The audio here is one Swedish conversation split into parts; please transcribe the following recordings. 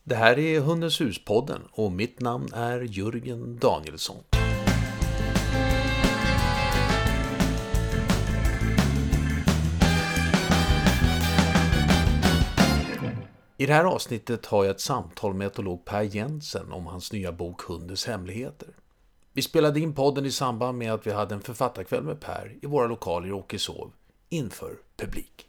Det här är Hundens hus-podden och mitt namn är Jörgen Danielsson. I det här avsnittet har jag ett samtal med etolog Per Jensen om hans nya bok Hundens hemligheter. Vi spelade in podden i samband med att vi hade en författarkväll med Per i våra lokaler i Åkeshov inför publik.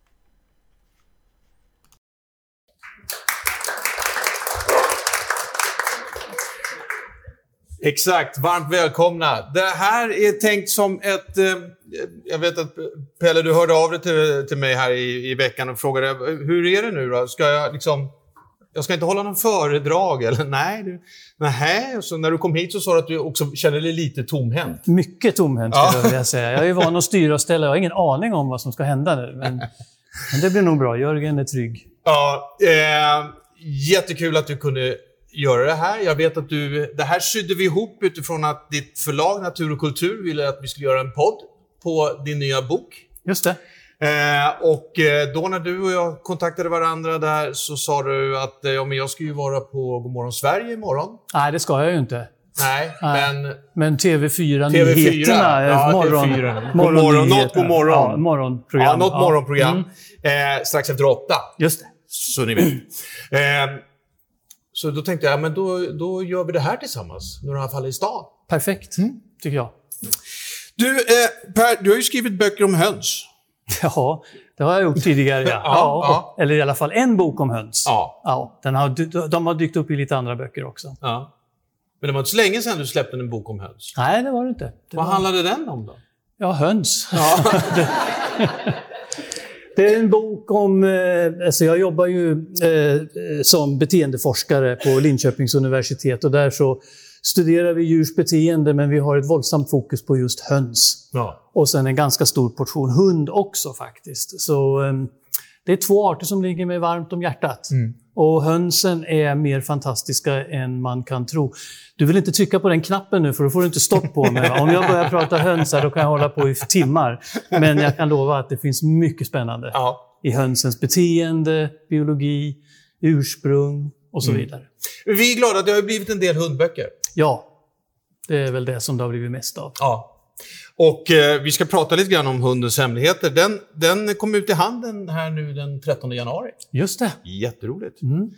Exakt, varmt välkomna. Det här är tänkt som ett... jag vet att Pelle, du hörde av dig till mig här i veckan och frågade hur är det nu då? Ska jag liksom... Jag ska inte hålla någon föredrag eller? Nej. Så när du kom hit så sa du att du också känner dig lite tomhänt. Mycket tomhänt skulle jag vilja säga. Jag är ju van att styra och ställa. Jag har ingen aning om vad som ska hända nu. Men det blir nog bra. Jörgen är trygg. Ja, jättekul att du kunde göra det här. Jag vet att det här sydde vi ihop utifrån att ditt förlag Natur och kultur ville att vi skulle göra en podd på din nya bok. Just det. Och då när du och jag kontaktade varandra där så sa du att men jag ska ju vara på Godmorgon Sverige imorgon. Nej, det ska jag ju inte. Nej. Men TV4-nyheterna. Ja, morgonnyheterna. God morgon. Ja, morgonprogram. Ja, något morgonprogram. Strax efter 8. Just det. Så ni vet. Så då tänkte jag, men då gör vi det här tillsammans. Nu är det i alla fall i stan. Perfekt, tycker jag. Du, Per, du har ju skrivit böcker om höns. Ja, det har jag gjort tidigare. Ja. Eller i alla fall en bok om höns. Ja, de har dykt upp i lite andra böcker också. Ja. Men det var inte så länge sedan du släppte en bok om höns. Nej, det var det inte. Vad handlade den om då? Ja, höns. Ja. Det är en bok om... Alltså jag jobbar ju som beteendeforskare på Linköpings universitet och där så studerar vi djurs beteende, men vi har ett våldsamt fokus på just höns. Ja. Och sen en ganska stor portion hund också faktiskt. Så det är 2 arter som ligger mig varmt om hjärtat. Och hönsen är mer fantastiska än man kan tro. Du vill inte trycka på den knappen nu för då får du inte stopp på mig. Om jag börjar prata höns här då kan jag hålla på i timmar. Men jag kan lova att det finns mycket spännande i hönsens beteende, biologi, ursprung och så vidare. Vi är glada att det har blivit en del hundböcker. Ja, det är väl det som det har blivit mest av. Ja. Och vi ska prata lite grann om Hundens hemligheter. Den kom ut i handeln här nu den 13 januari. Just det. Jätteroligt.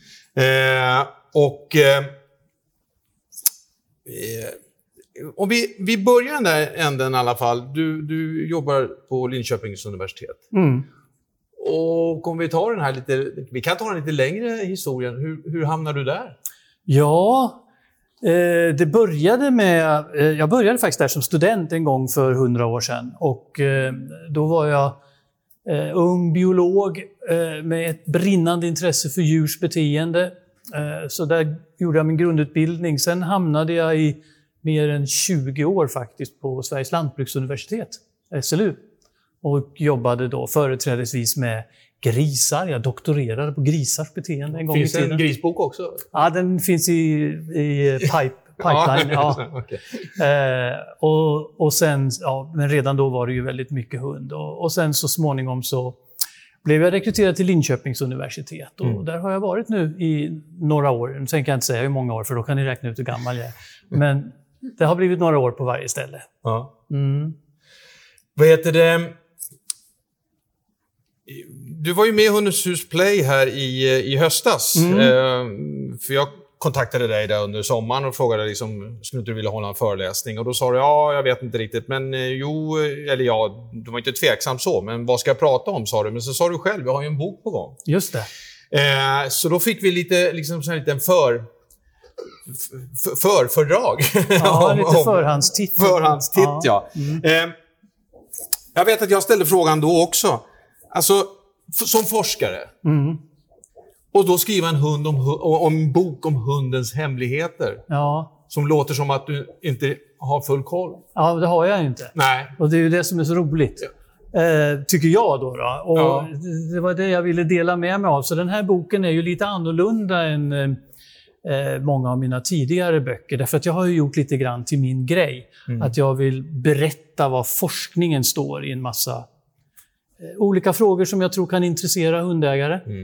Om vi börjar den där änden i alla fall. Du jobbar på Linköpings universitet. Och om vi tar den här vi kan ta den lite längre historien. Hur hamnar du där? Ja, det började med... Jag började faktiskt där som student en gång för 100 år sedan. Och då var jag ung biolog med ett brinnande intresse för djurs beteende. Så där gjorde jag min grundutbildning. Sen hamnade jag i mer än 20 år faktiskt på Sveriges lantbruksuniversitet, SLU. Och jobbade då företrädesvis med grisar. Jag doktorerade på grisars beteende en gång i tiden. Finns det en grisbok också? Ja, den finns i pipeline. Ja. Okay. Och sen, men redan då var det ju väldigt mycket hund. Och sen så småningom så blev jag rekryterad till Linköpings universitet. Och där har jag varit nu i några år. Sen kan jag inte säga hur många år för då kan ni räkna ut hur gammal jag är. Men det har blivit några år på varje ställe. Ja. Vad heter det? Du var ju med i Hundens hus Play här i höstas. För jag kontaktade dig där under sommaren och frågade liksom, skulle inte du vilja hålla en föreläsning? Och då sa du, jag vet inte riktigt. Men du var inte tveksam så. Men vad ska jag prata om, sa du. Men så sa du själv, jag har ju en bok på gång. Just det. Så då fick vi lite, liksom så här lite en fördrag. Ja, lite förhandstitt. Förhandstitt, ja. Jag vet att jag ställde frågan då också. Alltså, som forskare. Och då skriva en bok om hundens hemligheter. Ja. Som låter som att du inte har full koll. Ja, det har jag inte. Nej. Och det är ju det som är så roligt. Tycker jag då. Och det var det jag ville dela med mig av. Så den här boken är ju lite annorlunda än många av mina tidigare böcker. Därför att jag har ju gjort lite grann till min grej. Att jag vill berätta vad forskningen står i en massa olika frågor som jag tror kan intressera hundägare.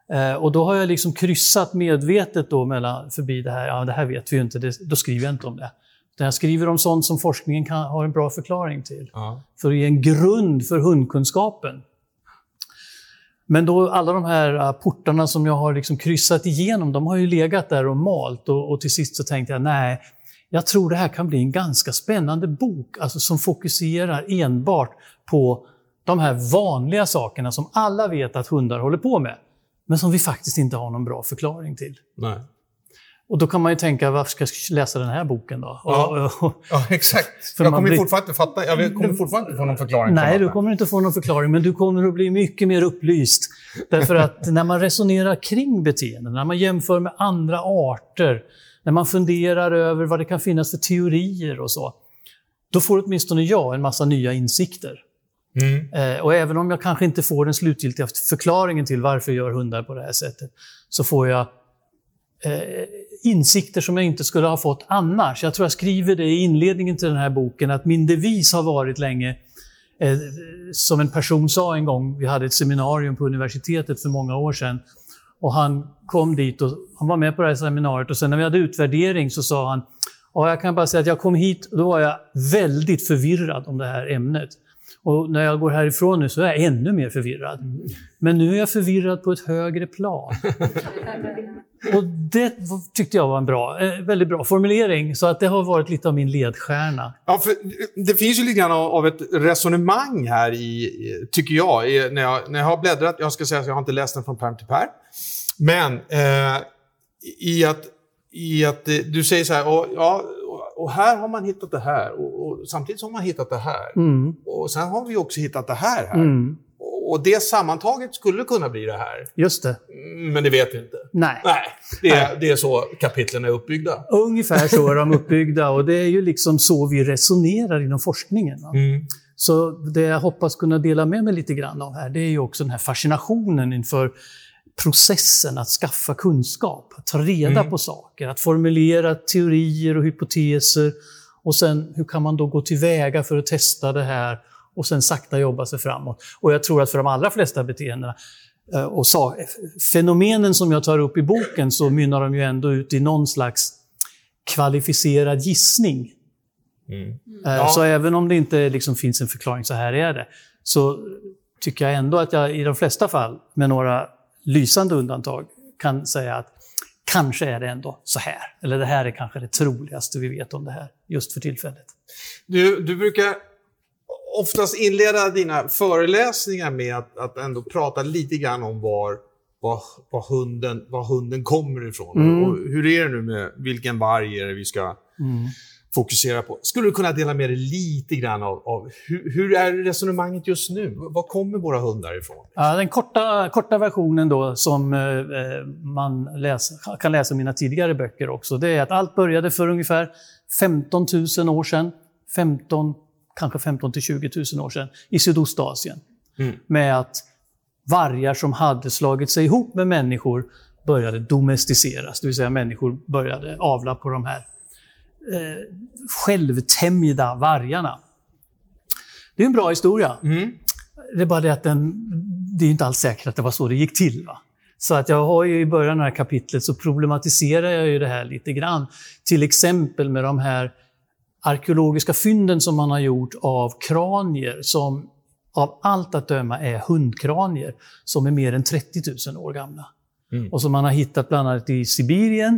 Och då har jag liksom kryssat medvetet då förbi det här. Ja, det här vet vi ju inte, då skriver jag inte om det. Jag skriver om sånt som forskningen har en bra förklaring till. För att ge en grund för hundkunskapen. Men då alla de här portarna som jag har liksom kryssat igenom, de har ju legat där och malt. Och till sist så tänkte jag, nej, jag tror det här kan bli en ganska spännande bok. Alltså som fokuserar enbart på de här vanliga sakerna som alla vet att hundar håller på med. Men som vi faktiskt inte har någon bra förklaring till. Nej. Och då kan man ju tänka, varför ska jag läsa den här boken då? Ja, exakt. Jag kommer fortfarande inte fatta. Jag kommer fortfarande inte få någon förklaring. Nej, du kommer inte få någon förklaring, men du kommer att bli mycket mer upplyst. Därför att när man resonerar kring beteenden, när man jämför med andra arter, när man funderar över vad det kan finnas för teorier och så, då får åtminstone jag en massa nya insikter. Och även om jag kanske inte får den slutgiltiga förklaringen till varför jag gör hundar på det här sättet, så får jag insikter som jag inte skulle ha fått annars. Jag tror jag skriver det i inledningen till den här boken, att min devis har varit länge, som en person sa en gång, vi hade ett seminarium på universitetet för många år sedan, och han kom dit och han var med på det här seminariet, och sen när vi hade utvärdering så sa han, ja, jag kan bara säga att jag kom hit och då var jag väldigt förvirrad om det här ämnet. Och när jag går härifrån nu så är jag ännu mer förvirrad. Men nu är jag förvirrad på ett högre plan. Och det tyckte jag var en väldigt bra formulering. Så att det har varit lite av min ledstjärna. Ja, för det finns ju lite grann av ett resonemang här tycker jag. När jag har bläddrat, jag ska säga att jag har inte läst den från pärm till pärm. Men i att du säger så här, och här har man hittat det här. Och samtidigt har man hittat det här. Och sen har vi också hittat det här. Och det sammantaget skulle kunna bli det här. Just det. Men det vet vi inte. Nej. Det är så kapitlen är uppbyggda. Ungefär så är de uppbyggda. Och det är ju liksom så vi resonerar inom forskningen. Så det jag hoppas kunna dela med mig lite grann av här, det är ju också den här fascinationen inför processen att skaffa kunskap, att ta reda på saker, att formulera teorier och hypoteser, och sen hur kan man då gå tillväga för att testa det här och sen sakta jobba sig framåt. Och jag tror att för de allra flesta beteendena och fenomenen som jag tar upp i boken, så mynnar de ju ändå ut i någon slags kvalificerad gissning. Så även om det inte liksom finns en förklaring, så här är det, så tycker jag ändå att jag i de flesta fall, med några lysande undantag, kan säga att kanske är det ändå så här. Eller det här är kanske det troligaste vi vet om det här just för tillfället. Du brukar oftast inleda dina föreläsningar med att ändå prata lite grann om var hunden kommer ifrån. Och hur är det nu med vilken varg är det vi ska fokusera på? Skulle du kunna dela med dig lite grann av hur är resonemanget just nu? Var kommer våra hundar ifrån? Ja, den korta versionen då, som man kan läsa i mina tidigare böcker också, det är att allt började för ungefär 15 000 år sedan. Kanske 15 till 20 000 år sedan i Sydostasien. Med att vargar som hade slagit sig ihop med människor började domesticeras. Det vill säga människor började avla på de här självtämjda vargarna. Det är en bra historia. Det är bara det att det är inte alls säkert att det var så det gick till. Va? Så att jag har ju i början av det här kapitlet så problematiserar jag ju det här lite grann. Till exempel med de här arkeologiska fynden som man har gjort av kranier som av allt att döma är hundkranier som är mer än 30 000 år gamla. Och som man har hittat bland annat i Sibirien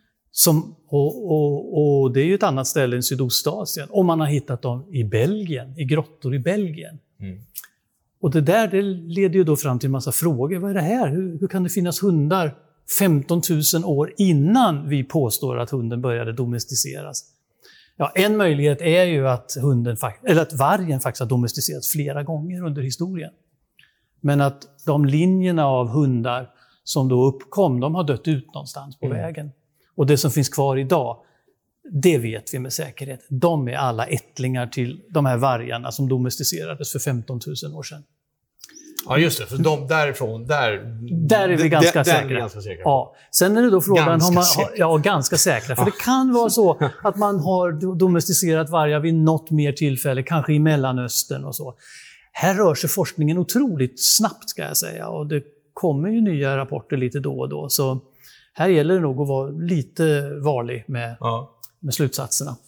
och det är ju ett annat ställe än Sydostasien. Och man har hittat dem i Belgien, i grottor i Belgien. Och det leder ju då fram till en massa frågor. Vad är det här? Hur kan det finnas hundar 15 000 år innan vi påstår att hunden började domesticeras? Ja, en möjlighet är ju att vargen faktiskt har domesticerats flera gånger under historien. Men att de linjerna av hundar som då uppkom, de har dött ut någonstans på vägen. Och det som finns kvar idag, det vet vi med säkerhet. De är alla ättlingar till de här vargarna som domesticerades för 15 000 år sedan. Ja, just det. För de därifrån, där är vi ganska säkra. Ja. Sen är det då frågan ganska säkra. För det kan vara så att man har domesticerat vargar vid något mer tillfälle, kanske i Mellanöstern och så. Här rör sig forskningen otroligt snabbt, ska jag säga. Och det kommer ju nya rapporter lite då och då. Så här gäller det nog att vara lite varlig med slutsatserna.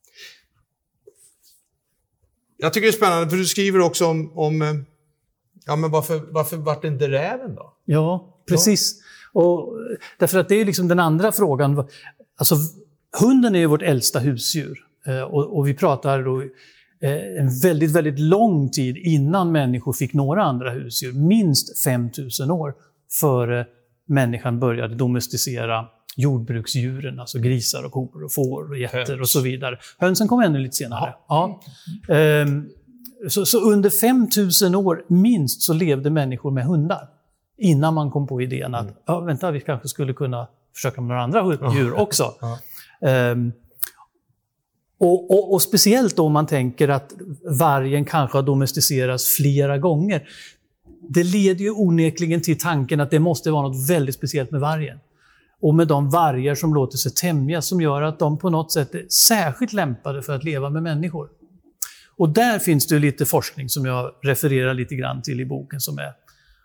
Jag tycker det är spännande, för du skriver också om men varför vart det inte räven då? Ja, precis. Och därför att det är liksom den andra frågan. Alltså, hunden är ju vårt äldsta husdjur. Och vi pratar då en väldigt, väldigt lång tid innan människor fick några andra husdjur. Minst 5000 år före människan började domesticera jordbruksdjuren, alltså grisar och kor och får och getter och så vidare. Hönsen kom ännu lite senare. Ja. Så under 5000 år minst så levde människor med hundar. Innan man kom på idén att vi kanske skulle kunna försöka med några andra djur också. Och speciellt då om man tänker att vargen kanske har domesticerats flera gånger. Det leder ju onekligen till tanken att det måste vara något väldigt speciellt med vargen. Och med de vargar som låter sig tämjas, som gör att de på något sätt är särskilt lämpade för att leva med människor. Och där finns det lite forskning som jag refererar lite grann till i boken som är...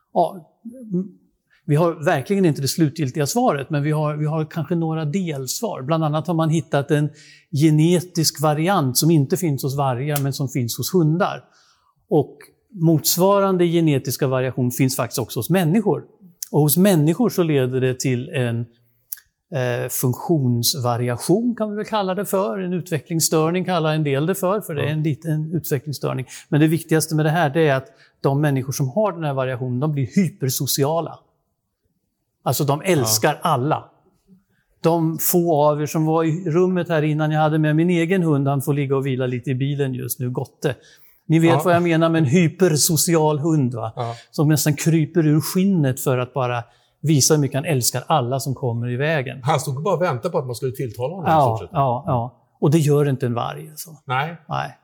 Vi har verkligen inte det slutgiltiga svaret, men vi har kanske några delsvar. Bland annat har man hittat en genetisk variant som inte finns hos vargar men som finns hos hundar. Och motsvarande genetiska variation finns faktiskt också hos människor. Och hos människor så leder det till en funktionsvariation, kan vi väl kalla det för. En utvecklingsstörning kallar en del det för det är en liten utvecklingsstörning. Men det viktigaste med det här det är att de människor som har den här variationen, de blir hypersociala. Alltså de älskar alla. De få av er som var i rummet här innan jag hade med min egen hund, han får ligga och vila lite i bilen just nu, Gotte. Ni vet vad jag menar med en hypersocial hund, va? Som nästan kryper ur skinnet för att bara visa hur mycket han älskar alla som kommer i vägen. Han stod bara och väntade på att man skulle tilltala honom. Ja. Och det gör inte en varg. Alltså. Nej.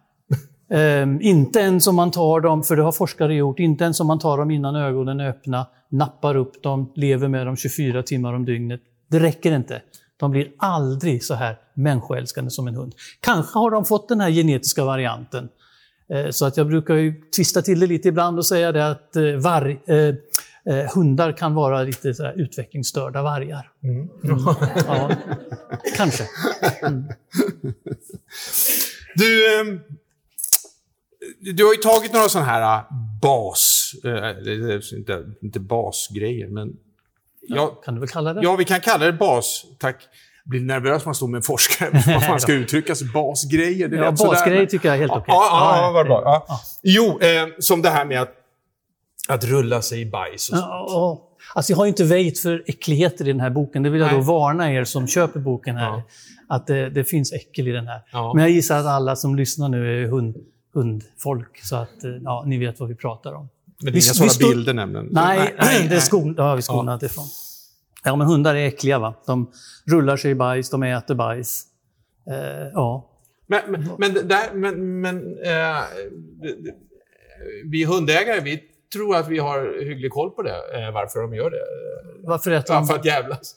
Inte ens om man tar dem, för det har forskare gjort, inte ens om man tar dem innan ögonen är öppna, nappar upp dem, lever med dem 24 timmar om dygnet. Det räcker inte. De blir aldrig så här människoälskande som en hund. Kanske har de fått den här genetiska varianten. Så att jag brukar ju tvista till det lite ibland och säga det att hundar kan vara lite så här utvecklingsstörda vargar. Ja, kanske. Du har ju tagit några sådana här inte basgrejer, men... Kan du väl kalla det? Ja, vi kan kalla det bas. Tack. Jag blir nervös när man står med en forskare. Vad man ska uttrycka sig. Basgrejer. Ja, basgrejer tycker jag är helt okej. Ja, vad bra. Ja. Jo, som det här med att rulla sig i bajs. Och alltså jag har ju inte väjt för äckligheter i den här boken. Det vill jag då varna er som köper boken här. Ja. Att det finns äckel i den här. Ja. Men jag gissar att alla som lyssnar nu är hundfolk. Så att ni vet vad vi pratar om. Men det är inga sådana bilder nämligen. Nej, det är vi skonat ifrån. Ja, men hundar är äckliga, va? De rullar sig i bajs, de äter bajs. Vi hundägare, vi tror att vi har hygglig koll på det, varför de gör det. Varför äter de? För att jävlas.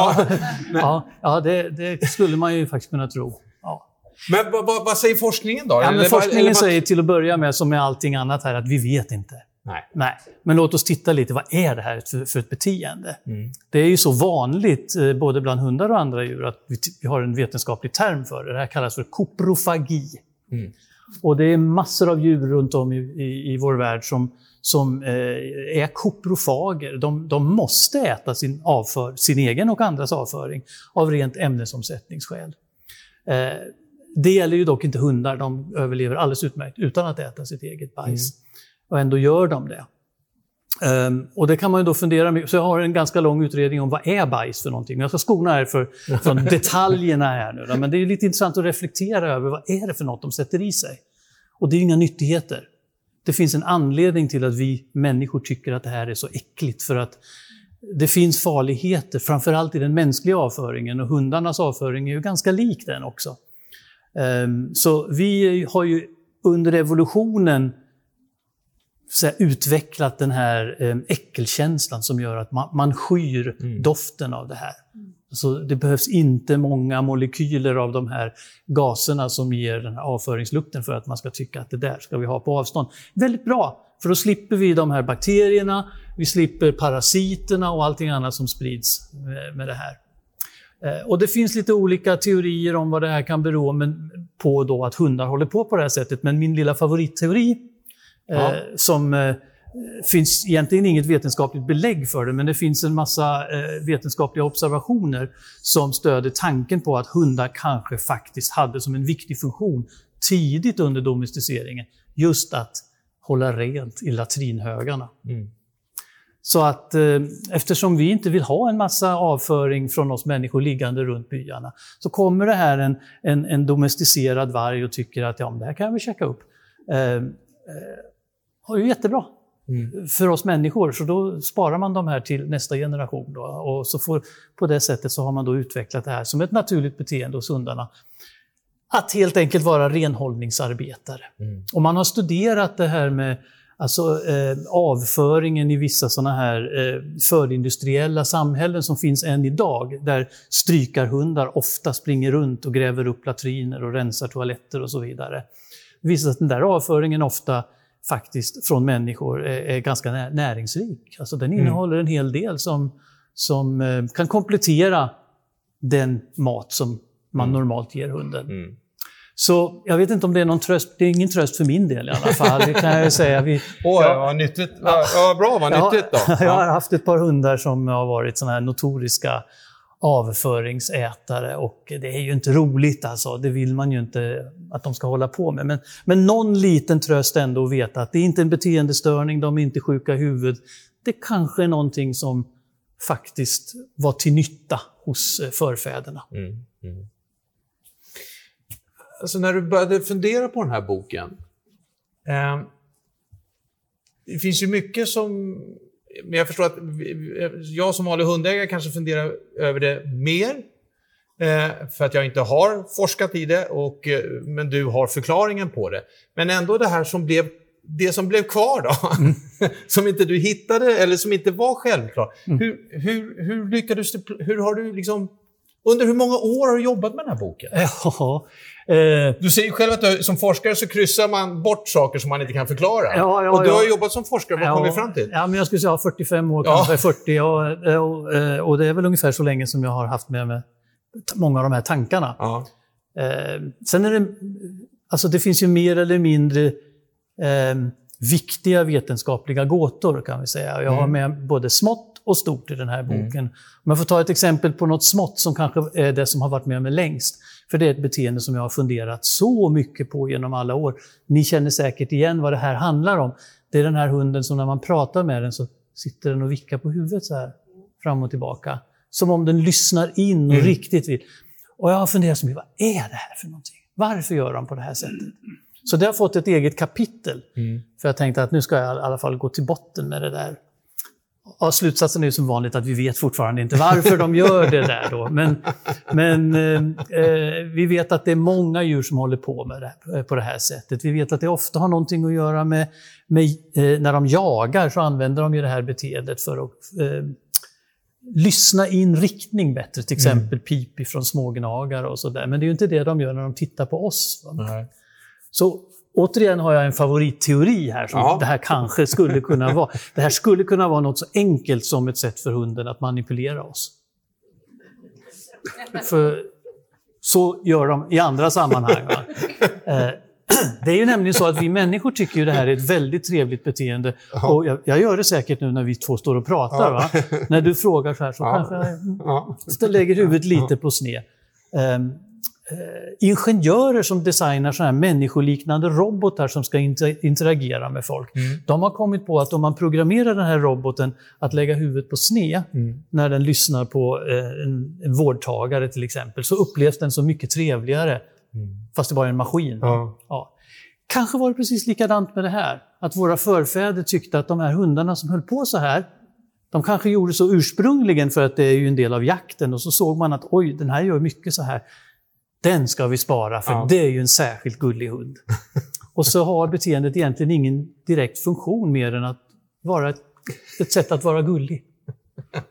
Det skulle man ju faktiskt kunna tro. Ja. Men vad säger forskningen då? Ja, men forskningen säger till att börja med, som med allting annat här, att vi vet inte. Nej. Men låt oss titta lite, vad är det här för ett beteende? Det är ju så vanligt, både bland hundar och andra djur, att vi har en vetenskaplig term för det. Det här kallas för koprofagi. Och det är massor av djur runt om i vår värld som är koprofager. De måste äta sin egen och andras avföring av rent ämnesomsättningsskäl. Det gäller ju dock inte hundar, de överlever alldeles utmärkt utan att äta sitt eget bajs. Och ändå gör de det. Och det kan man ju då fundera med. Så jag har en ganska lång utredning om vad är bajs för någonting. Jag ska skona här från detaljerna här nu. Men det är lite intressant att reflektera över vad är det för något de sätter i sig. Och det är inga nyttigheter. Det finns en anledning till att vi människor tycker att det här är så äckligt. För att det finns farligheter, framförallt i den mänskliga avföringen. Och hundarnas avföring är ju ganska lik den också. Så vi har ju under evolutionen utvecklat den här äckelkänslan som gör att man skyr doften av det här. Så det behövs inte många molekyler av de här gaserna som ger den här avföringslukten för att man ska tycka att det där ska vi ha på avstånd. Väldigt bra för då slipper vi de här bakterierna, vi slipper parasiterna och allting annat som sprids med det här. Och det finns lite olika teorier om vad det här kan bero på då att hundar håller på det här sättet. Men min lilla favoritteori, som finns egentligen inget vetenskapligt belägg för det, men det finns en massa vetenskapliga observationer som stöder tanken på att hundar kanske faktiskt hade som en viktig funktion tidigt under domesticeringen just att hålla rent i latrinhögarna. Så att eftersom vi inte vill ha en massa avföring från oss människor liggande runt byarna, så kommer det här en domesticerad varg och tycker att det här kan vi checka upp. Och det är jättebra för oss människor, så då sparar man de här till nästa generation då. Och så på det sättet så har man då utvecklat det här som ett naturligt beteende hos hundarna. Att helt enkelt vara renhållningsarbetare. Och man har studerat det här med avföringen i vissa sådana här förindustriella samhällen som finns än idag, där strykarhundar ofta springer runt och gräver upp latriner och rensar toaletter och så vidare. Det visar att den där avföringen ofta faktiskt från människor är ganska näringsrik. Alltså den innehåller en hel del som kan komplettera den mat som man normalt ger hunden. Så jag vet inte om det är någon tröst. Det är ingen tröst för min del i alla fall. Det kan jag säga. Vad nyttigt. Vad nyttigt då. Jag har haft ett par hundar som har varit såna här notoriska avföringsätare, och det är ju inte roligt alltså. Det vill man ju inte att de ska hålla på med. Men någon liten tröst ändå att veta att det är inte en beteendestörning, de är inte sjuka i huvudet. Det kanske är någonting som faktiskt var till nytta hos förfäderna. Alltså när du började fundera på den här boken, det finns ju mycket som, men jag förstår att jag som vanlig hundägare kanske funderar över det mer, för att jag inte har forskat i det, men du har förklaringen på det. Men ändå det här som blev kvar då, som inte du hittade eller som inte var självklart. Hur lyckades du, hur har du liksom, under hur många år har du jobbat med den här boken? Ja. Du säger själv att som forskare så kryssar man bort saker som man inte kan förklara. Ja, och du har jobbat som forskare, vad kom vi fram till? Ja, men jag skulle säga 45 år, kanske 40. Och det är väl ungefär så länge som jag har haft med mig många av de här tankarna. Ja. Sen är det, alltså det finns ju mer eller mindre viktiga vetenskapliga gåtor, kan vi säga. Jag har med både smått och stort i den här boken. Om jag får ta ett exempel på något smått som kanske är det som har varit med mig längst. För det är ett beteende som jag har funderat så mycket på genom alla år. Ni känner säkert igen vad det här handlar om. Det är den här hunden som när man pratar med den så sitter den och vickar på huvudet så här fram och tillbaka. Som om den lyssnar in och riktigt vill. Och jag har funderat så mycket, vad är det här för någonting? Varför gör de på det här sättet? Så det har fått ett eget kapitel. För jag tänkte att nu ska jag i alla fall gå till botten med det där. Ja, slutsatsen är ju som vanligt att vi vet fortfarande inte varför de gör det där då. Men vi vet att det är många djur som håller på med det på det här sättet. Vi vet att det ofta har någonting att göra med när de jagar, så använder de ju det här beteendet för att lyssna in riktning bättre. Till exempel pip från smågnagare och sådär. Men det är ju inte det de gör när de tittar på oss. Nej. Så återigen har jag en favoritteori här som det här kanske skulle kunna vara. Det här skulle kunna vara något så enkelt som ett sätt för hunden att manipulera oss. För så gör de i andra sammanhang. Det är ju nämligen så att vi människor tycker ju det här är ett väldigt trevligt beteende. Och jag gör det säkert nu när vi två står och pratar. Va? När du frågar så här så kanske jag lägger huvudet lite på sned. Ingenjörer som designar sådana här människoliknande robotar som ska interagera med folk. De har kommit på att om man programmerar den här roboten att lägga huvudet på sned när den lyssnar på en vårdtagare till exempel, så upplevs den så mycket trevligare fast det var en maskin. Ja. Kanske var det precis likadant med det här. Att våra förfäder tyckte att de här hundarna som höll på så här, de kanske gjorde så ursprungligen för att det är ju en del av jakten, och så såg man att oj, den här gör mycket så här. Den ska vi spara, för det är ju en särskilt gullig hund. Och så har beteendet egentligen ingen direkt funktion mer än att vara ett sätt att vara gullig.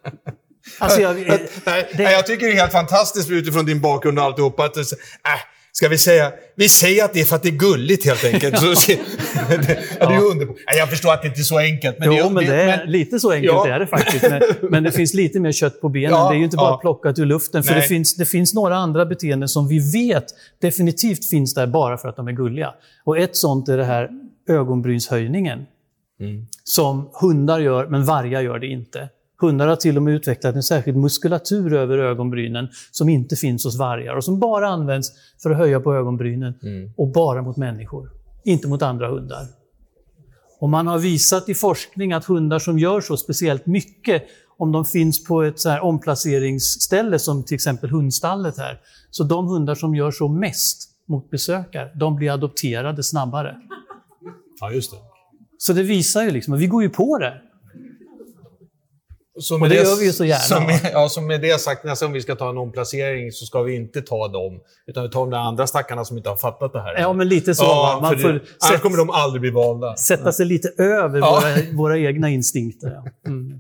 Alltså jag tycker det är helt fantastiskt utifrån din bakgrund och alltihopa. Att Ska vi säga att det är för att det är gulligt helt enkelt. Det är ju underbart. Jag förstår att det inte är så enkelt. Men lite så enkelt är det faktiskt. Men det finns lite mer kött på benen. Det är ju inte bara plockat ur luften. För det finns några andra beteenden som vi vet definitivt finns där bara för att de är gulliga. Och ett sånt är det här ögonbrynshöjningen. Som hundar gör, men vargar gör det inte. Hundar har till och med utvecklat en särskild muskulatur över ögonbrynen som inte finns hos vargar och som bara används för att höja på ögonbrynen och bara mot människor, inte mot andra hundar. Och man har visat i forskning att hundar som gör så speciellt mycket, om de finns på ett så här omplaceringsställe som till exempel hundstallet här, så de hundar som gör så mest mot besökare, de blir adopterade snabbare. Ja, just det. Så det visar ju liksom, och vi går ju på det. Och det gör vi ju så gärna. Som med det sagt, nästan om vi ska ta en omplacering så ska vi inte ta dem, utan vi tar de andra stackarna som inte har fattat det här. Ja, men lite så. Annars kommer de aldrig bli valda. Sätta sig lite över våra egna instinkter. Ja.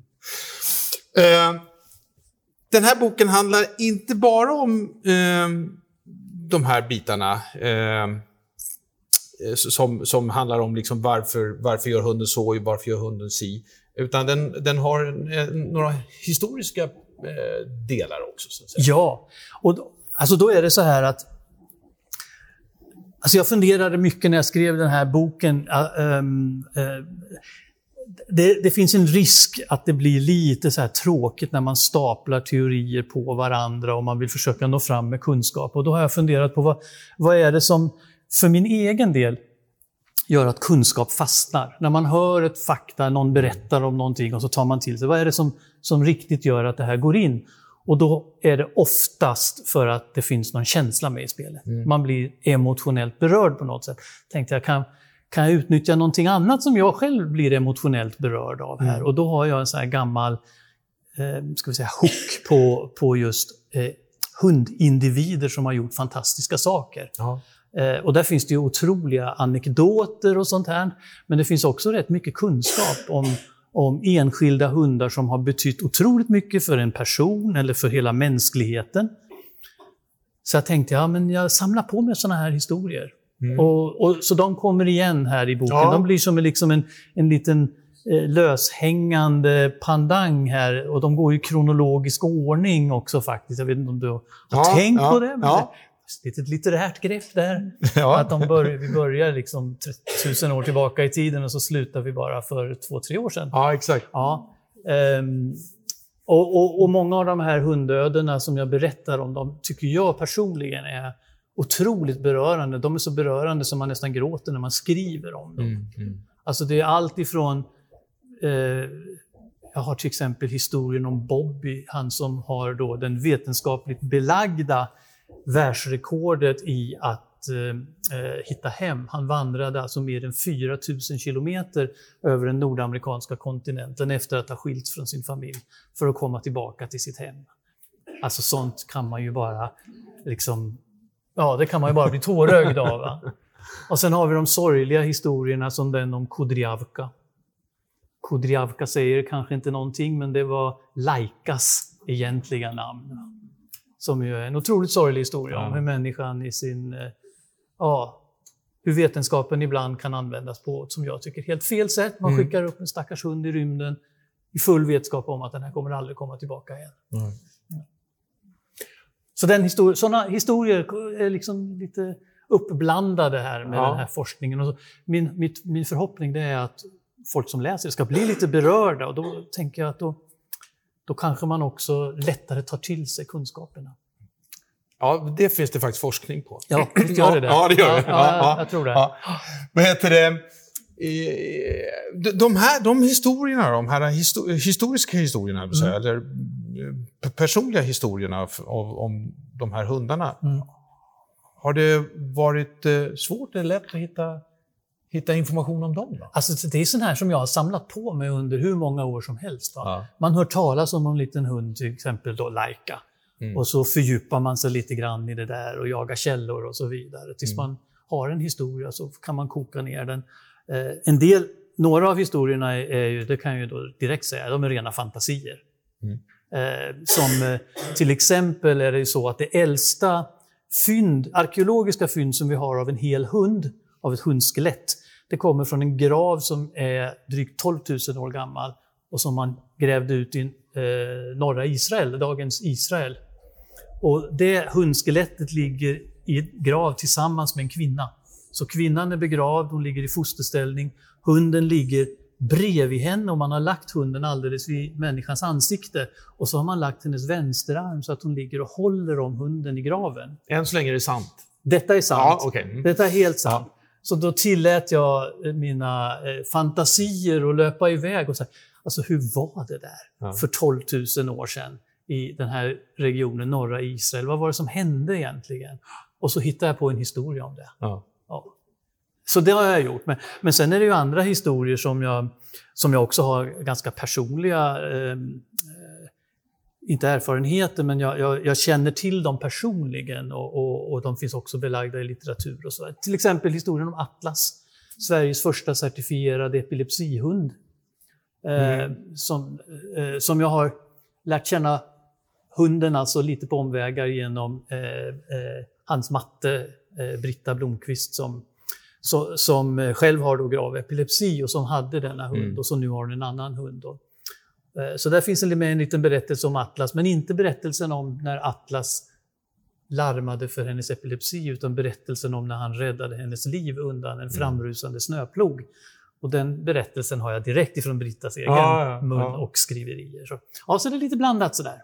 Den här boken handlar inte bara om de här bitarna som handlar om liksom varför gör hunden så och varför gör hunden si. Utan den har några historiska delar också. Så att säga. Ja, och då är det så här att jag funderade mycket när jag skrev den här boken. Det finns en risk att det blir lite så här tråkigt när man staplar teorier på varandra och man vill försöka nå fram med kunskap. Och då har jag funderat på vad är det som för min egen del gör att kunskap fastnar. När man hör ett fakta, någon berättar om någonting och så tar man till sig. Vad är det som riktigt gör att det här går in? Och då är det oftast för att det finns någon känsla med i spelet. Man blir emotionellt berörd på något sätt. Tänkte jag, kan jag utnyttja någonting annat som jag själv blir emotionellt berörd av här? Och då har jag en sån här gammal hook på just hundindivider som har gjort fantastiska saker. Ja. Och där finns det ju otroliga anekdoter och sånt här. Men det finns också rätt mycket kunskap om enskilda hundar som har betytt otroligt mycket för en person eller för hela mänskligheten. Så jag tänkte, jag samlar på mig såna här historier. Och så de kommer igen här i boken. Ja. De blir som liksom en liten löshängande pandang här. Och de går i kronologisk ordning också faktiskt. Jag vet inte om du har tänkt på det. Men ett litterärt grepp där. Ja. Att vi börjar liksom 1000 år tillbaka i tiden och så slutar vi bara för 2-3 år sedan. Ja, exakt. Ja. Och många av de här hundödena som jag berättar om, de tycker jag personligen är otroligt berörande. De är så berörande som man nästan gråter när man skriver om dem. Alltså det är allt ifrån... jag har till exempel historien om Bobby, han som har då den vetenskapligt belagda världsrekordet i att hitta hem. Han vandrade alltså mer än 4000 kilometer över den nordamerikanska kontinenten efter att ha skilts från sin familj för att komma tillbaka till sitt hem. Alltså sånt kan man ju bara liksom, det kan man ju bara bli tårögd av. Va? Och sen har vi de sorgliga historierna som den om Kudryavka. Kudryavka säger kanske inte någonting, men det var Laikas egentliga namn. Som ju är en otroligt sorglig historia om hur människan i sin... hur vetenskapen ibland kan användas på ett, som jag tycker, helt fel sätt. Man skickar upp en stackars hund i rymden i full vetskap om att den här kommer aldrig komma tillbaka igen. Så sådana historier är liksom lite uppblandade här med den här forskningen. Och min förhoppning det är att folk som läser ska bli lite berörda. Och då tänker jag att då kanske man också lättare tar till sig kunskaperna. Ja, det finns det faktiskt forskning på. Ja, gör det. Ja, det gör det. Jag tror det. Ja. Vad heter det? De historierna, de här historiska historierna, eller personliga historierna om de här hundarna. Har det varit svårt eller lätt att hitta information om dem då? Alltså det är sån här som jag har samlat på mig under hur många år som helst. Ja. Man hör talas om en liten hund, till exempel då Laika. Och så fördjupar man sig lite grann i det där och jagar källor och så vidare. Tills man har en historia så kan man koka ner den. Några av historierna är ju, det kan jag ju då direkt säga, de är rena fantasier. Som till exempel är det ju så att det äldsta arkeologiska fynd som vi har av en hel hund, av ett hundskelett, det kommer från en grav som är drygt 12 000 år gammal och som man grävde ut i norra Israel, dagens Israel. Och det hundskelettet ligger i en grav tillsammans med en kvinna. Så kvinnan är begravd, hon ligger i fosterställning, hunden ligger bredvid henne och man har lagt hunden alldeles vid människans ansikte. Och så har man lagt hennes vänsterarm så att hon ligger och håller om hunden i graven. Än så länge är det sant. Detta är sant. Ja, okay. Detta är helt sant. Ja. Så då tillät jag mina fantasier att löpa iväg och säga, alltså hur var det där för 12 000 år sedan i den här regionen, norra Israel? Vad var det som hände egentligen? Och så hittade jag på en historia om det. Ja. Så det har jag gjort. Men sen är det ju andra historier som jag också har ganska personliga, inte erfarenheter, men jag känner till dem personligen och de finns också belagda i litteratur och så. Till exempel historien om Atlas, Sveriges första certifierade epilepsihund. Som jag har lärt känna hunden alltså lite på omvägar genom hans matte, Britta Blomqvist, som själv har då grav epilepsi och som hade denna hund och så nu har hon en annan hund. Så där finns med en liten berättelse om Atlas, men inte berättelsen om när Atlas larmade för hennes epilepsi, utan berättelsen om när han räddade hennes liv undan en framrusande snöplog. Och den berättelsen har jag direkt ifrån Brittas egen mun och skriverier. Så det är lite blandat sådär.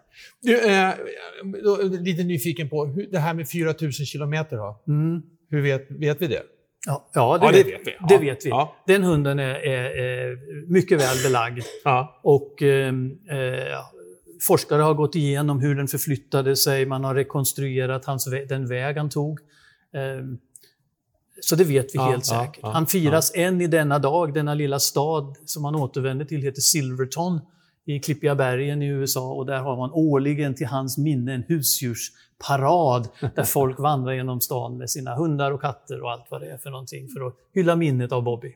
Lite nyfiken på det här med 4 000 kilometer då. Hur vet vi det? Ja, det vet vi. Det vet vi. Ja. Den hunden är mycket väl belagd. Ja. Och forskare har gått igenom hur den förflyttade sig. Man har rekonstruerat den väg han tog. Så det vet vi helt säkert. Han firas än i denna dag. Denna lilla stad som han återvänder till heter Silverton i Klippiga bergen i USA. Och där har man årligen till hans minne en husdjursparad där folk vandrar genom stan med sina hundar och katter och allt vad det är för någonting för att hylla minnet av Bobby.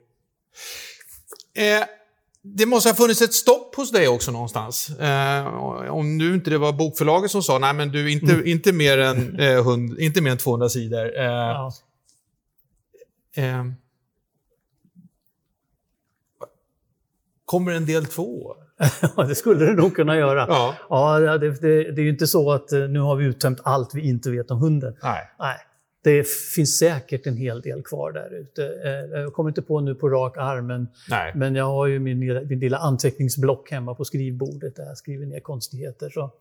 Det måste ha funnits ett stopp hos dig också någonstans. Om nu inte det var bokförlaget som sa nej men du inte mer än 200 sidor. Kommer en del 2? Ja, det skulle det nog kunna göra. Ja, det är ju inte så att nu har vi uttömt allt vi inte vet om hunden. Nej. Det finns säkert en hel del kvar där ute. Jag kommer inte på nu på rak arm, men jag har ju min lilla anteckningsblock hemma på skrivbordet där jag skriver ner konstigheter. Så,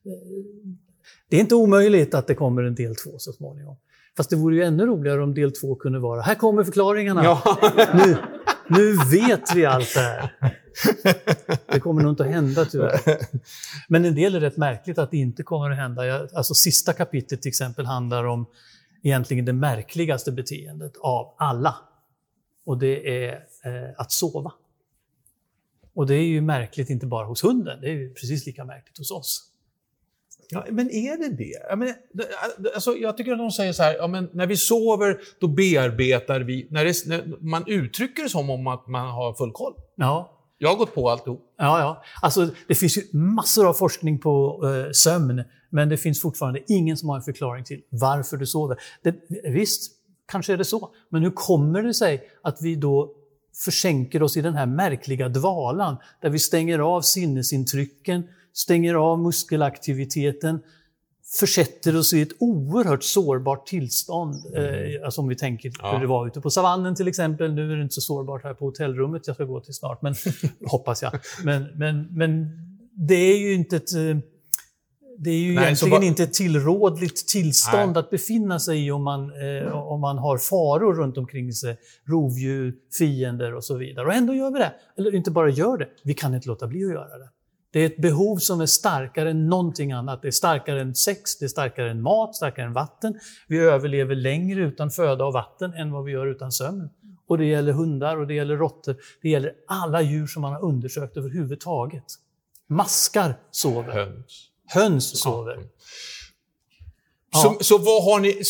det är inte omöjligt att det kommer en del 2 så småningom. Fast det vore ju ännu roligare om del 2 kunde vara. Här kommer förklaringarna. Ja. Nu vet vi allt det här. Det kommer nog inte att hända tyvärr. Men en del är rätt märkligt att det inte kommer att hända. Alltså sista kapitlet till exempel handlar om egentligen det märkligaste beteendet av alla. Och det är att sova. Och det är ju märkligt inte bara hos hunden. Det är ju precis lika märkligt hos oss. Ja, men är det? Alltså, jag tycker att de säger så här, men när vi sover då bearbetar vi, när man uttrycker det som om att man har full koll. Ja. Jag har gått på alltihop. Ja. Alltså, det finns ju massor av forskning på sömn, men det finns fortfarande ingen som har en förklaring till varför du sover. Visst, kanske är det så, men hur kommer det sig att vi då försänker oss i den här märkliga dvalan där vi stänger av sinnesintrycken, stänger av muskelaktiviteten, försätter oss i ett oerhört sårbart tillstånd. Alltså om vi tänker hur det var ute på savannen till exempel. Nu är det inte så sårbart här på hotellrummet jag ska gå till snart, men hoppas jag. Men det är ju inte egentligen inte ett tillrådligt tillstånd att befinna sig i om man har faror runt omkring sig, rovdjur, fiender och så vidare. Och ändå gör vi det. Eller inte bara gör det, vi kan inte låta bli att göra det. Det är ett behov som är starkare än någonting annat. Det är starkare än sex, det är starkare än mat, starkare än vatten. Vi överlever längre utan föda och vatten än vad vi gör utan sömn. Och det gäller hundar och det gäller råttor. Det gäller alla djur som man har undersökt överhuvudtaget. Maskar sover. Höns sover. Så vad har ni...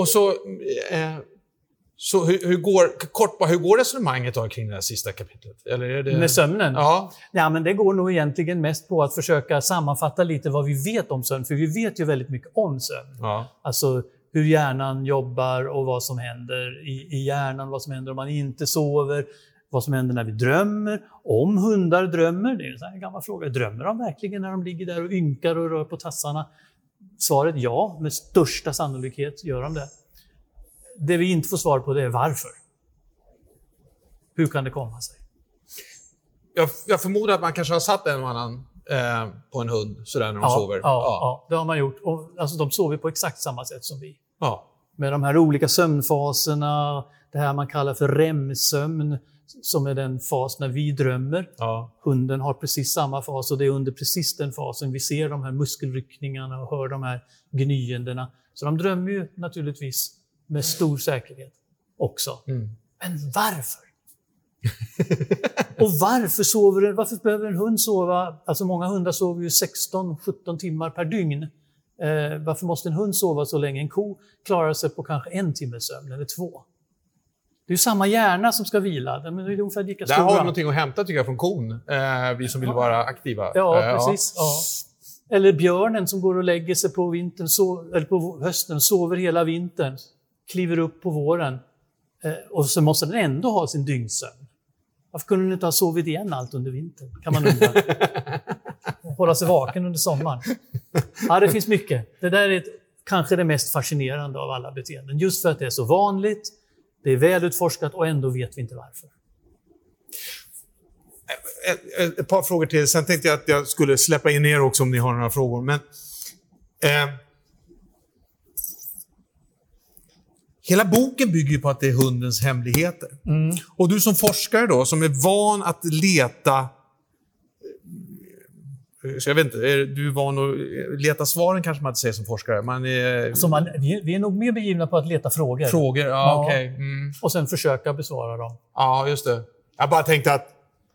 Så hur går resonemanget då kring det här sista kapitlet? Eller är det... Med sömnen? Ja, men det går nog egentligen mest på att försöka sammanfatta lite vad vi vet om sömn. För vi vet ju väldigt mycket om sömn. Ja. Alltså hur hjärnan jobbar och vad som händer i hjärnan, vad som händer om man inte sover, vad som händer när vi drömmer, om hundar drömmer. Det är en sån här gammal fråga. Drömmer de verkligen när de ligger där och ynkar och rör på tassarna? Svaret ja, med största sannolikhet gör de det. Det vi inte får svar på det är varför. Hur kan det komma sig? Jag förmodar att man kanske har satt en och annan på en hund sådär när de sover. Ja, det har man gjort. Och, alltså, de sover på exakt samma sätt som vi. Ja. Med de här olika sömnfaserna, det här man kallar för REM-sömn, som är den fas när vi drömmer. Ja. Hunden har precis samma fas och det är under precis den fasen vi ser de här muskelryckningarna och hör de här gnyendena. Så de drömmer ju naturligtvis med stor säkerhet också. Mm. Men varför? Och varför behöver en hund sova? Alltså många hundar sover ju 16-17 timmar per dygn. Varför måste en hund sova så länge? En ko klarar sig på kanske 1 timmes sömn eller 2. Det är ju samma hjärna som ska vila. Men det är ungefär lika där stora. har vi någonting att hämta tycker jag från kon. Vi som vill vara aktiva. Ja, precis. Ja. Eller björnen som går och lägger sig på vintern, eller på hösten, sover hela vintern, kliver upp på våren. Och så måste den ändå ha sin dygnsömn. Varför kunde den inte ha sovit igen allt under vintern? Kan man undra. Hålla sig vaken under sommaren. Ja, det finns mycket. Det där är kanske det mest fascinerande av alla beteenden. Just för att det är så vanligt, det är välutforskat och ändå vet vi inte varför. Ett par frågor till. Sen tänkte jag att jag skulle släppa in er också om ni har några frågor. Men hela boken bygger ju på att det är hundens hemligheter. Mm. Och du som forskare då, som är van att leta... Så jag vet inte, är du van att leta svaren kanske man inte säger som forskare? Vi är nog mer begivna på att leta frågor. Frågor, ja. Okej. Mm. Och sen försöka besvara dem. Ja, just det. Jag bara tänkte att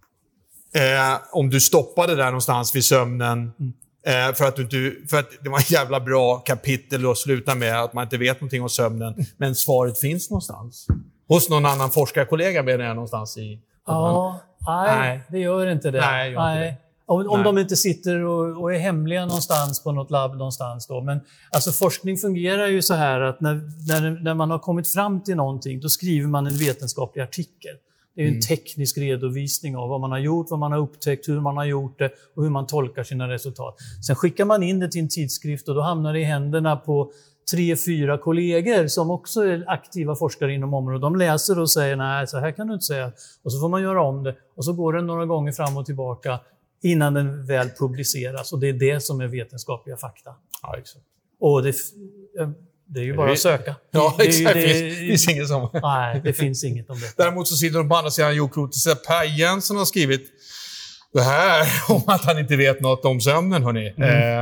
om du stoppade där någonstans vid sömnen för att det var en jävla bra kapitel att sluta med att man inte vet någonting om sömnen, men svaret finns någonstans. Hos någon annan forskarkollega menar jag någonstans i... Ja, nej, det gör inte det. Nej, gör inte det. Om de inte sitter och är hemliga någonstans på något labb någonstans då. Men alltså forskning fungerar ju så här att när man har kommit fram till någonting, då skriver man en vetenskaplig artikel. Det är en teknisk redovisning av vad man har gjort, vad man har upptäckt, hur man har gjort det och hur man tolkar sina resultat. Sen skickar man in det till en tidskrift och då hamnar det i händerna på 3-4 kollegor som också är aktiva forskare inom området. De läser och säger nej, så här kan du inte säga. Och så får man göra om det. Och så går det några gånger fram och tillbaka innan den väl publiceras. Och det är det som är vetenskapliga fakta. Ja, exakt. Och det är ju bara att söka. Ja, exakt. Det finns inget som... Nej, det finns inget om det. Däremot så sitter de på andra sidan jordklotet. Så Per Jensen har skrivit det här om att han inte vet något om sömnen, hörni.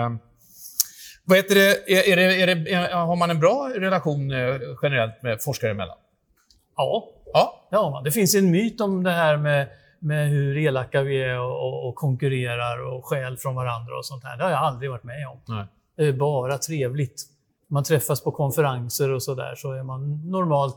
Vad heter det? Har man en bra relation generellt med forskare emellan? Ja, det finns en myt om det här med hur elaka vi är och konkurrerar och stjäl från varandra och sånt här. Det har jag aldrig varit med om. Nej. Det är bara trevligt. Man träffas på konferenser och så där, så är man normalt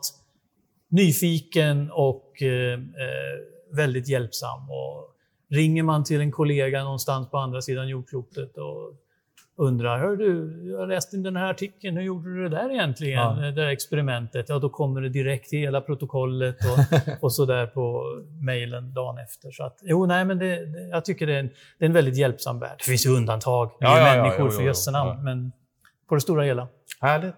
nyfiken och väldigt hjälpsam. Och ringer man till en kollega någonstans på andra sidan jordklotet och undrar, hör du, jag läste den här artikeln, hur gjorde du det där egentligen, det där experimentet? Ja, då kommer det direkt till hela protokollet och så där på mejlen dagen efter. Så att, jag tycker det är en väldigt hjälpsam värld. Det finns ju undantag, människor för jössenamn, men på det stora hela. Härligt.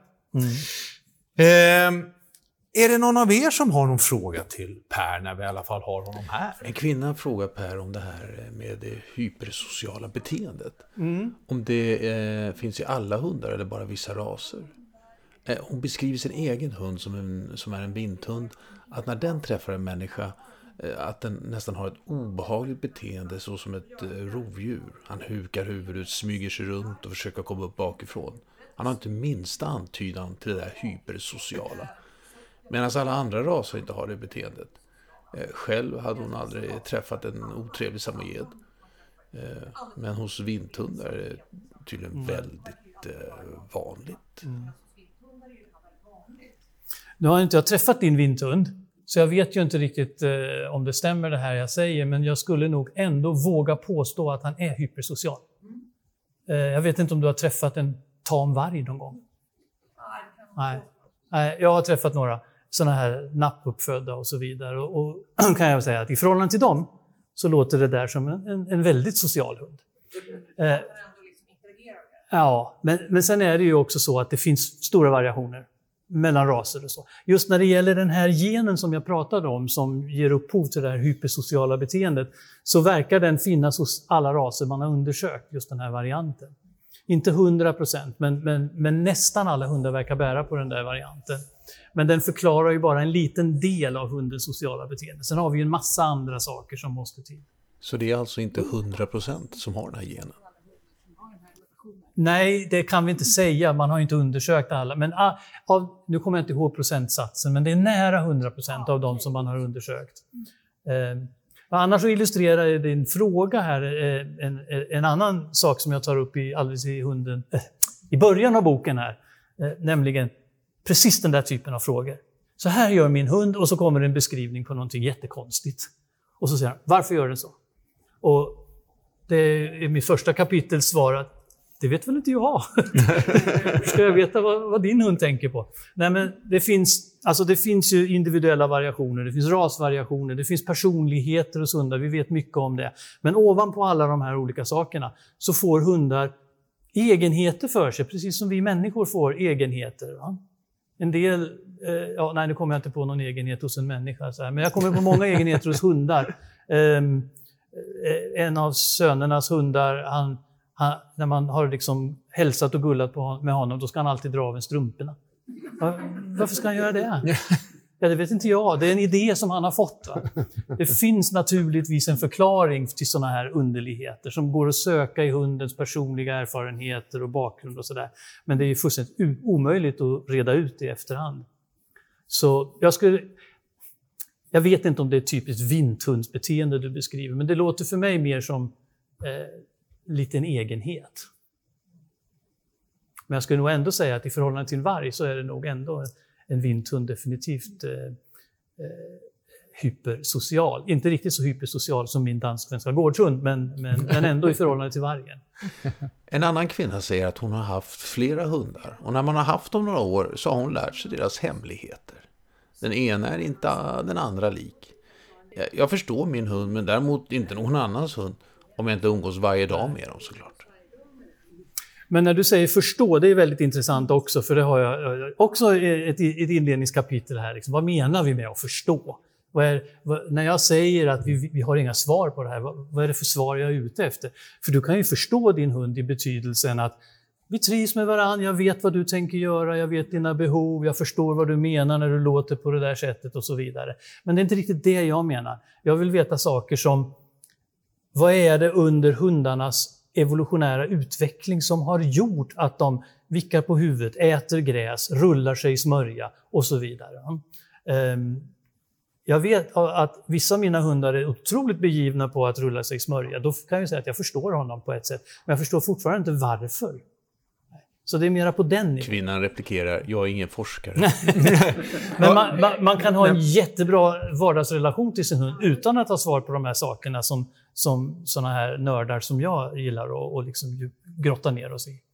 Är det någon av er som har någon fråga till Per när vi i alla fall har honom här? En kvinna frågar Per om det här med det hypersociala beteendet. Om det finns i alla hundar eller bara vissa raser. Hon beskriver sin egen hund som är en vinthund. Att när den träffar en människa, att den nästan har ett obehagligt beteende så som ett rovdjur. Han hukar huvudet, smyger sig runt och försöker komma upp bakifrån. Han har inte minsta antydan till det där hypersociala. Medan alla andra raser inte har det beteendet. Själv hade hon aldrig träffat en otrevlig samojed. Men hos vinthundar är det tydligen väldigt vanligt. Nu har inte jag träffat din vinthund, så jag vet ju inte riktigt om det stämmer det här jag säger, men jag skulle nog ändå våga påstå att han är hypersocial. Jag vet inte om du har träffat en tam varg någon gång? Nej, jag har träffat några sådana här nappuppfödda och så vidare. Och kan jag säga att i förhållande till dem så låter det där som en väldigt social hund. Ja, men sen är det ju också så att det finns stora variationer mellan raser och så. Just när det gäller den här genen som jag pratade om som ger upphov till det här hypersociala beteendet så verkar den finnas hos alla raser man har undersökt, just den här varianten. Inte 100%, men nästan alla hundar verkar bära på den där varianten. Men den förklarar ju bara en liten del av hundens sociala beteende. Sen har vi ju en massa andra saker som måste till. Så det är alltså inte 100% som har den här genen? Nej, det kan vi inte säga. Man har ju inte undersökt alla. Men nu kommer jag inte ihåg procentsatsen, men det är nära 100% av dem som man har undersökt. Annars så illustrerar din fråga här en annan sak som jag tar upp i början av boken här. Nämligen precis den där typen av frågor. Så här gör min hund och så kommer en beskrivning på någonting jättekonstigt. Och så säger han, varför gör den så? Och det är mitt första kapitel svar att det vet väl inte jag. Ska jag veta vad din hund tänker på? Nej, men det finns ju individuella variationer, det finns rasvariationer, det finns personligheter hos hundar, vi vet mycket om det. Men ovanpå alla de här olika sakerna så får hundar egenheter för sig, precis som vi människor får egenheter. Va? En del, nu kommer jag inte på någon egenhet hos en människa, men jag kommer på många egenheter hos hundar. En av sönernas hundar, när man har liksom hälsat och gullat med honom, då ska han alltid dra av en strumporna. Varför ska han göra det? Ja, det vet inte jag. Det är en idé som han har fått. Va? Det finns naturligtvis en förklaring till sådana här underligheter som går att söka i hundens personliga erfarenheter och bakgrund och sådär. Men det är ju fullständigt omöjligt att reda ut i efterhand. Så jag vet inte om det är typiskt vinthundsbeteende du beskriver, men det låter för mig mer som liten egenhet. Men jag skulle nog ändå säga att i förhållande till en varg så är det nog ändå en vinthund definitivt hypersocial. Inte riktigt så hypersocial som min dansk-svenska gårdshund, men ändå i förhållande till vargen. En annan kvinna säger att hon har haft flera hundar. Och när man har haft dem några år så har hon lärt sig deras hemligheter. Den ena är inte den andra lik. Jag förstår min hund, men däremot inte någon annans hund. Om jag inte umgås varje dag med dem såklart. Men när du säger förstå, det är väldigt intressant också. För det har jag också ett inledningskapitel här. Liksom. Vad menar vi med att förstå? När jag säger att vi har inga svar på det här, vad är det för svar jag är ute efter? För du kan ju förstå din hund i betydelsen att vi trivs med varandra, jag vet vad du tänker göra, jag vet dina behov, jag förstår vad du menar när du låter på det där sättet och så vidare. Men det är inte riktigt det jag menar. Jag vill veta saker som, vad är det under hundarnas evolutionära utveckling som har gjort att de vickar på huvudet, äter gräs, rullar sig i smörja och så vidare. Jag vet att vissa av mina hundar är otroligt begivna på att rulla sig i smörja. Då kan jag säga att jag förstår honom på ett sätt. Men jag förstår fortfarande inte varför. Så det är mera på den nivån. Kvinnan replikerar, jag är ingen forskare. Men man kan ha en jättebra vardagsrelation till sin hund utan att ha svar på de här sakerna som såna här nördar som jag gillar och liksom grotta ner oss i.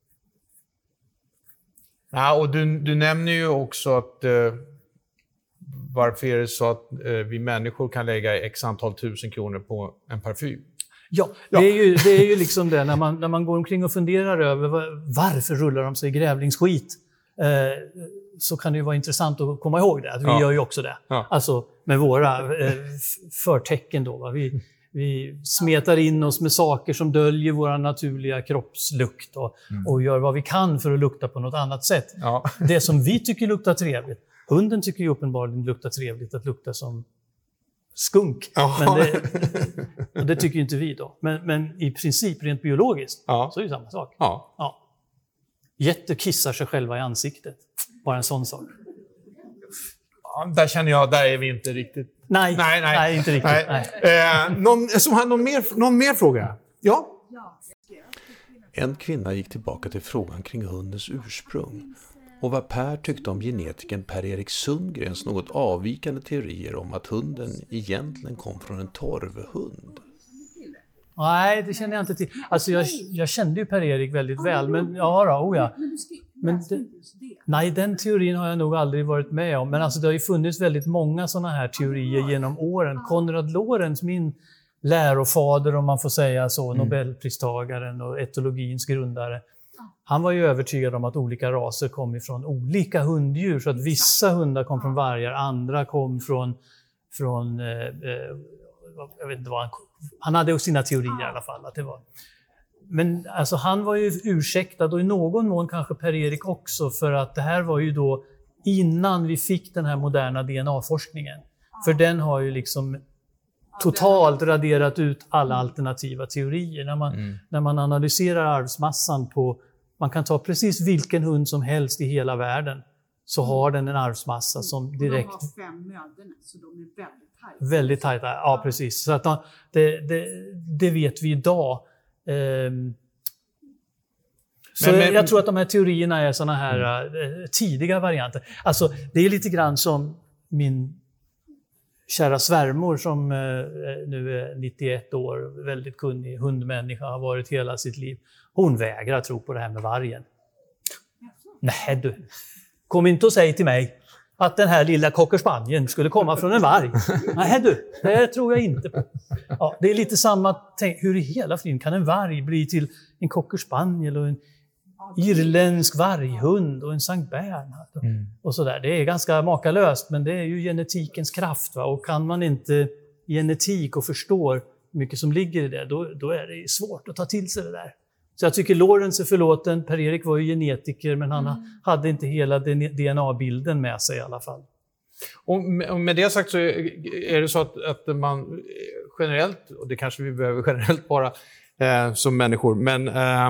Ja, och du nämner ju också att varför är det så att vi människor kan lägga x antal 1000 kronor på en parfym? Ja, det är ju liksom det när man går omkring och funderar över varför rullar de sig i grävlingsskit, så kan det ju vara intressant att komma ihåg det, att vi gör ju också det. Ja. Alltså med våra förtecken då. Va? Vi smetar in oss med saker som döljer våra naturliga kroppslukt och gör vad vi kan för att lukta på något annat sätt. Ja. Det som vi tycker luktar trevligt. Hunden tycker ju uppenbarligen luktar trevligt att lukta som skunk. Ja. Men det tycker ju inte vi då. Men i princip, rent biologiskt, så är det samma sak. Ja. Ja. Getter kissar sig själva i ansiktet. Bara en sån sak. Ja, där känner jag, där är vi inte riktigt. Nej, inte riktigt. Nej. Någon mer fråga? Ja? En kvinna gick tillbaka till frågan kring hundens ursprung. Och vad Per tyckte om genetikern Per-Erik Sundgrens något avvikande teorier om att hunden egentligen kom från en torvhund. Nej, det känner jag inte till. Alltså jag kände ju Per-Erik väldigt väl, men ja. Men nej, den teorin har jag nog aldrig varit med om. Men alltså, det har ju funnits väldigt många sådana här teorier genom åren. Konrad Lorenz, min lärofader om man får säga så, Nobelpristagaren och etologins grundare. Han var ju övertygad om att olika raser kom ifrån olika hunddjur. Så att vissa hundar kom från vargar, andra kom från jag vet inte vad han hade sina teorier i alla fall. Att det var. Men alltså, han var ju ursäktad, och i någon mån kanske Per-Erik också, för att det här var ju då innan vi fick den här moderna DNA-forskningen. För den har ju liksom totalt raderat ut alla alternativa teorier. När man analyserar arvsmassan på, man kan ta precis vilken hund som helst i hela världen, så har den en arvsmassa som direkt... De har 5 mödern, så de är väldigt tajta. Väldigt tajta, ja precis. Så att det vet vi idag. Så jag tror att de här teorierna är såna här tidiga varianter. Alltså, det är lite grann som min kära svärmor som nu är 91 år, väldigt kunnig hundmänniska, har varit hela sitt liv. Hon vägrar tro på det här med vargen. Nej du, kom inte och säg till mig att den här lilla cockerspanien skulle komma från en varg. Nej du, det tror jag inte på. Ja, det är lite samma, hur i hela friden kan en varg bli till en cockerspaniel och en irländsk varghund och en Sankt Bernhard och sådär. Det är ganska makalöst, men det är ju genetikens kraft. Va? Och kan man inte genetik och förstår hur mycket som ligger i det, då är det svårt att ta till sig det där. Så jag tycker Lorenz är förlåten. Per-Erik var ju genetiker, men han hade inte hela DNA-bilden med sig i alla fall. Och med det sagt så är det så att man generellt, och det kanske vi behöver generellt bara som människor, men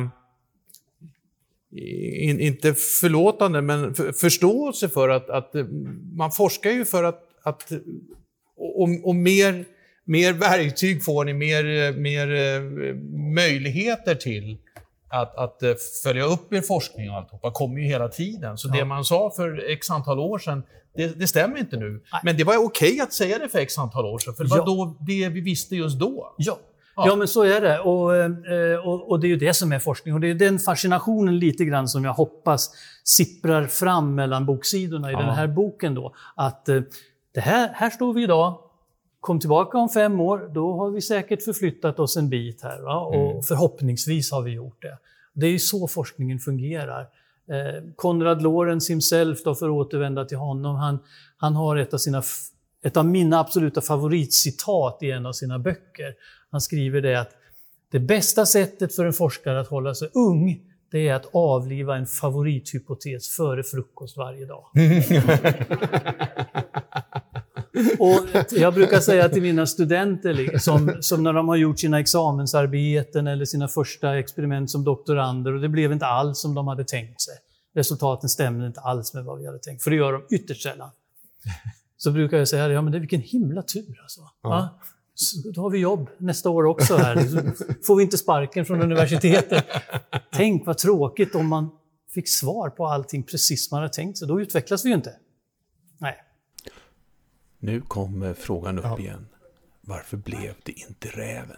inte förlåtande, men förståelse för att man forskar ju för att och mer verktyg får ni, mer möjligheter till att följa upp er forskning och alltihopa kommer ju hela tiden. Så det man sa för x antal år sedan, det stämmer inte nu. Nej. Men det var okej att säga det för x antal år sedan, för det var då det vi visste just då. Ja, men så är det. Och det är ju det som är forskning. Och det är den fascinationen lite grann som jag hoppas sipprar fram mellan boksidorna i den här boken då. Att det här står vi idag. Kom tillbaka om 5 år, då har vi säkert förflyttat oss en bit här. Va? Och förhoppningsvis har vi gjort det. Det är ju så forskningen fungerar. Konrad Lorenz himself, då, för att återvända till honom, han har ett av mina absoluta favoritcitat i en av sina böcker. Han skriver det att det bästa sättet för en forskare att hålla sig ung, det är att avliva en favorithypotes före frukost varje dag. Och jag brukar säga till mina studenter, som när de har gjort sina examensarbeten eller sina första experiment som doktorander, och det blev inte alls som de hade tänkt sig. Resultaten stämmer inte alls med vad vi hade tänkt, för det gör de ytterst sällan. Så brukar jag säga, men det är vilken himla tur alltså. Ja. Så då har vi jobb nästa år också här. Så får vi inte sparken från universitetet. Tänk vad tråkigt om man fick svar på allting precis som man hade tänkt sig. Då utvecklas vi ju inte. Nej. Nu kommer frågan upp igen. Varför blev det inte räven?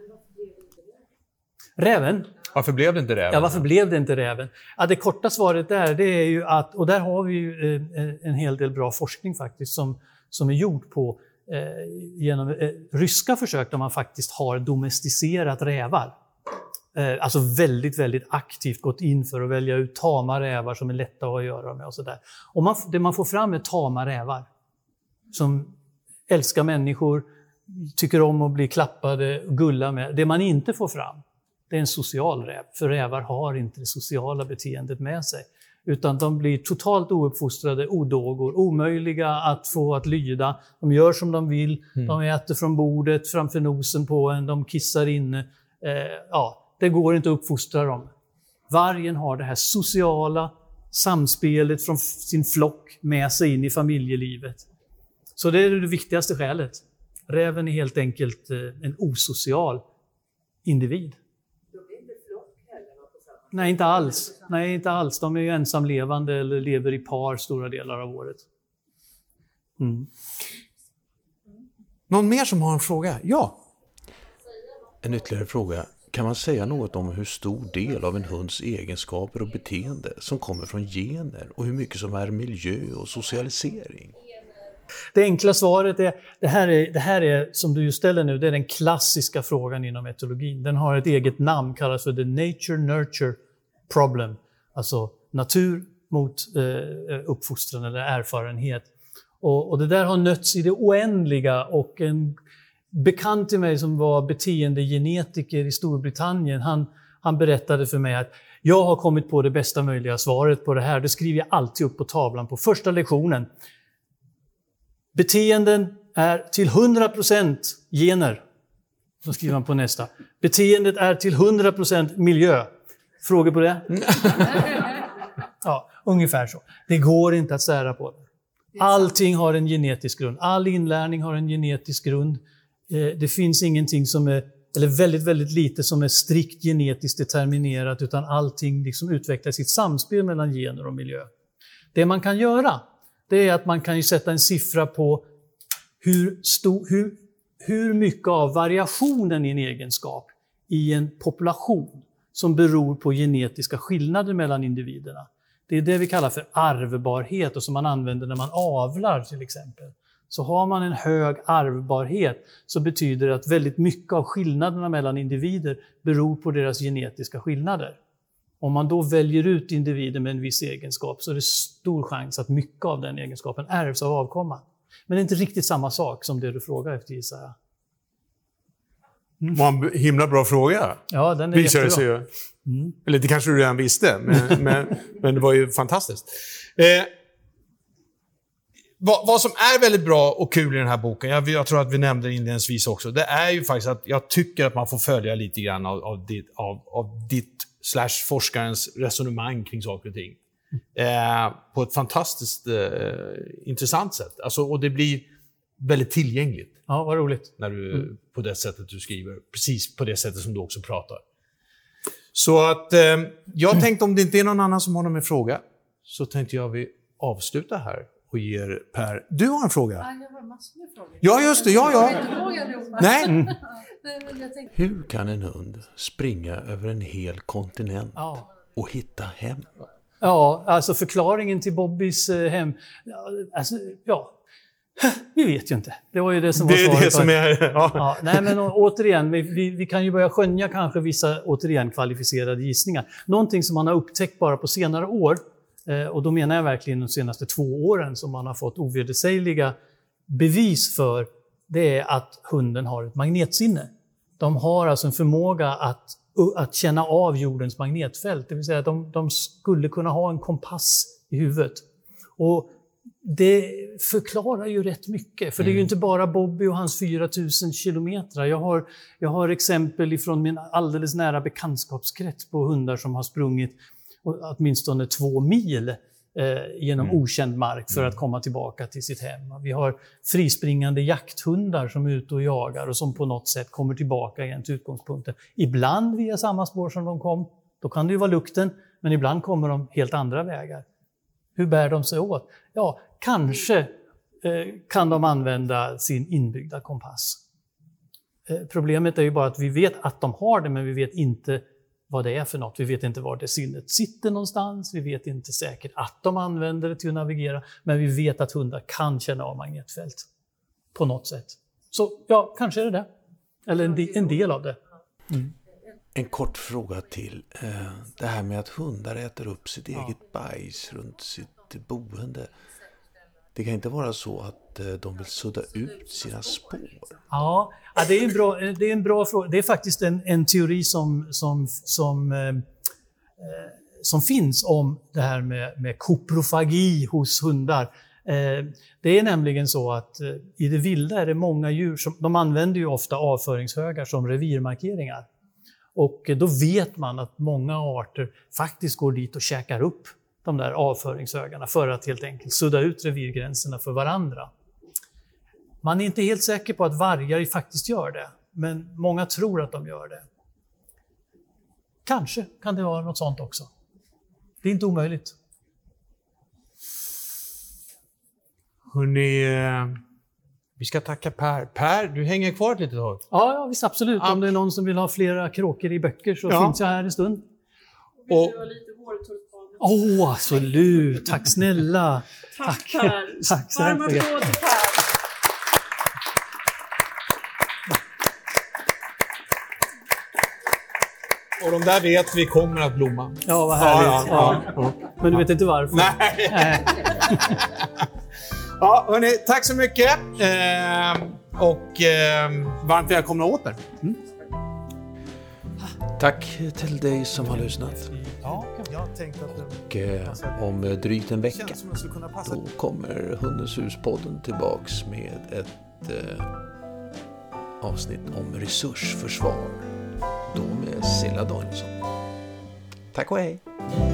Räven? Varför blev det inte räven? Ja, varför blev det inte räven? Ja, det korta svaret där, det är ju att, och där har vi ju en hel del bra forskning faktiskt som är gjord på genom ryska försök där man faktiskt har domesticerat rävar. Alltså väldigt, väldigt aktivt gått in för att välja ut tama rävar som är lätta att göra med och sådär. Och det man får fram är tama rävar som älskar människor, tycker om att bli klappade och gulla med. Det man inte får fram, det är en social räv. För rävar har inte det sociala beteendet med sig. Utan de blir totalt ouppfostrade, odågor, omöjliga att få att lyda. De gör som de vill, de äter från bordet, framför nosen på en, de kissar inne. Det går inte att uppfostra dem. Vargen har det här sociala samspelet från sin flock med sig in i familjelivet. Så det är det viktigaste skälet. Räven är helt enkelt en osocial individ. Nej, inte alls. Nej, inte alls. De är ju ensamlevande eller lever i par stora delar av året. Någon mer som har en fråga? Ja. En ytterligare fråga. Kan man säga något om hur stor del av en hunds egenskaper och beteende som kommer från gener och hur mycket som är miljö och socialisering? Det enkla svaret är, det här är som du ställer nu, det är den klassiska frågan inom etologin. Den har ett eget namn, kallas för the nature-nurture problem. Alltså natur mot uppfostran eller erfarenhet. Och det där har nötts i det oändliga, och en bekant till mig som var beteendegenetiker i Storbritannien, han berättade för mig att jag har kommit på det bästa möjliga svaret på det här. Det skriver jag alltid upp på tavlan på första lektionen. Beteenden är till 100% gener. Så skriver man på nästa. Beteendet är till 100% miljö. Frågor på det? Ja, ungefär så. Det går inte att sära på det. Allting har en genetisk grund. All inlärning har en genetisk grund. Det finns ingenting som är, eller väldigt, väldigt lite som är strikt genetiskt determinerat, utan allting liksom utvecklas i ett samspel mellan gener och miljö. Det man kan göra, det är att man kan ju sätta en siffra på hur mycket av variationen i en egenskap i en population som beror på genetiska skillnader mellan individerna. Det är det vi kallar för arvbarhet, och som man använder när man avlar till exempel. Så har man en hög arvbarhet så betyder det att väldigt mycket av skillnaderna mellan individer beror på deras genetiska skillnader. Om man då väljer ut individer med en viss egenskap så är det stor chans att mycket av den egenskapen ärvs av avkomma. Men det är inte riktigt samma sak som det du frågar efter, gissar jag. Var en himla bra fråga. Ja, den är Visar det jättebra. sig ju. Eller det kanske du redan visste, men det var ju fantastiskt. Vad som är väldigt bra och kul i den här boken, jag tror att vi nämnde det inledningsvis också, det är ju faktiskt att jag tycker att man får följa lite grann av ditt / forskarens resonemang kring saker och ting. På ett fantastiskt intressant sätt. Alltså, och det blir väldigt tillgängligt. Ja, vad roligt. När du, på det sättet du skriver. Precis på det sättet som du också pratar. Så att jag tänkte, om det inte är någon annan som har någon fråga, så tänkte jag vi avslutar här och ger Per... Du har en fråga? Ja, jag har massor med frågor. Ja, just det. Ja. Nej. Hur kan en hund springa över en hel kontinent och hitta hem? Ja, alltså förklaringen till Bobbys hem... Alltså, vi vet ju inte. Det var ju det som var svaret. Det är det som är... Ja, nej, men återigen, vi kan ju börja skönja kanske vissa, återigen, kvalificerade gissningar. Någonting som man har upptäckt bara på senare år, och då menar jag verkligen de senaste 2 åren som man har fått ovedersägliga bevis för, det är att hunden har ett magnetsinne. De har alltså en förmåga att känna av jordens magnetfält. Det vill säga att de skulle kunna ha en kompass i huvudet. Och det förklarar ju rätt mycket. För det är ju inte bara Bobby och hans 4000 kilometer. Jag har exempel ifrån min alldeles nära bekantskapskrets på hundar som har sprungit åtminstone 2 mil genom okänd mark för att komma tillbaka till sitt hem. Vi har frispringande jakthundar som är ute och jagar och som på något sätt kommer tillbaka igen till utgångspunkten. Ibland via samma spår som de kom. Då kan det ju vara lukten, men ibland kommer de helt andra vägar. Hur bär de sig åt? Ja, kanske kan de använda sin inbyggda kompass. Problemet är ju bara att vi vet att de har det, men vi vet inte vad det är för något. Vi vet inte var det sinnet sitter någonstans. Vi vet inte säkert att de använder det till att navigera. Men vi vet att hundar kan känna av magnetfält på något sätt. Så ja, kanske är det. Eller en del av det. En kort fråga till. Det här med att hundar äter upp sitt eget bajs runt sitt boende. Det kan inte vara så att de vill sudda ut sina spår? Ja, det är en bra fråga. Det är faktiskt en teori som finns om det här med koprofagi hos hundar. Det är nämligen så att i det vilda är det många djur som de använder ju ofta avföringshögar som revirmarkeringar. Och då vet man att många arter faktiskt går dit och käkar upp de där avföringshögarna för att helt enkelt sudda ut revirgränserna för varandra. Man är inte helt säker på att vargar faktiskt gör det, men många tror att de gör det. Kanske kan det vara något sånt också. Det är inte omöjligt. Hörrni, Vi ska tacka Per. Per, du hänger kvar ett litet tag. Ja, visst absolut. Om det är någon som vill ha flera kråkor i böcker så finns jag här en stund. Och lite hårtulpaner. Absolut. Tack snälla. Tack Per. Tack så Varma mycket. applåder till Per. Och de där vet vi kommer att blomma. Ja, vad härligt. Ja. Men du vet inte varför? Nej. Ja, hörni, tack så mycket. Varmt välkomna åter. Tack till dig som har lyssnat. Ja, jag tänkte att Och om drygt en vecka då kommer Hundens hus-podden tillbaks med ett avsnitt om resursförsvar. Då med Silla Danielsson. Tack och hej!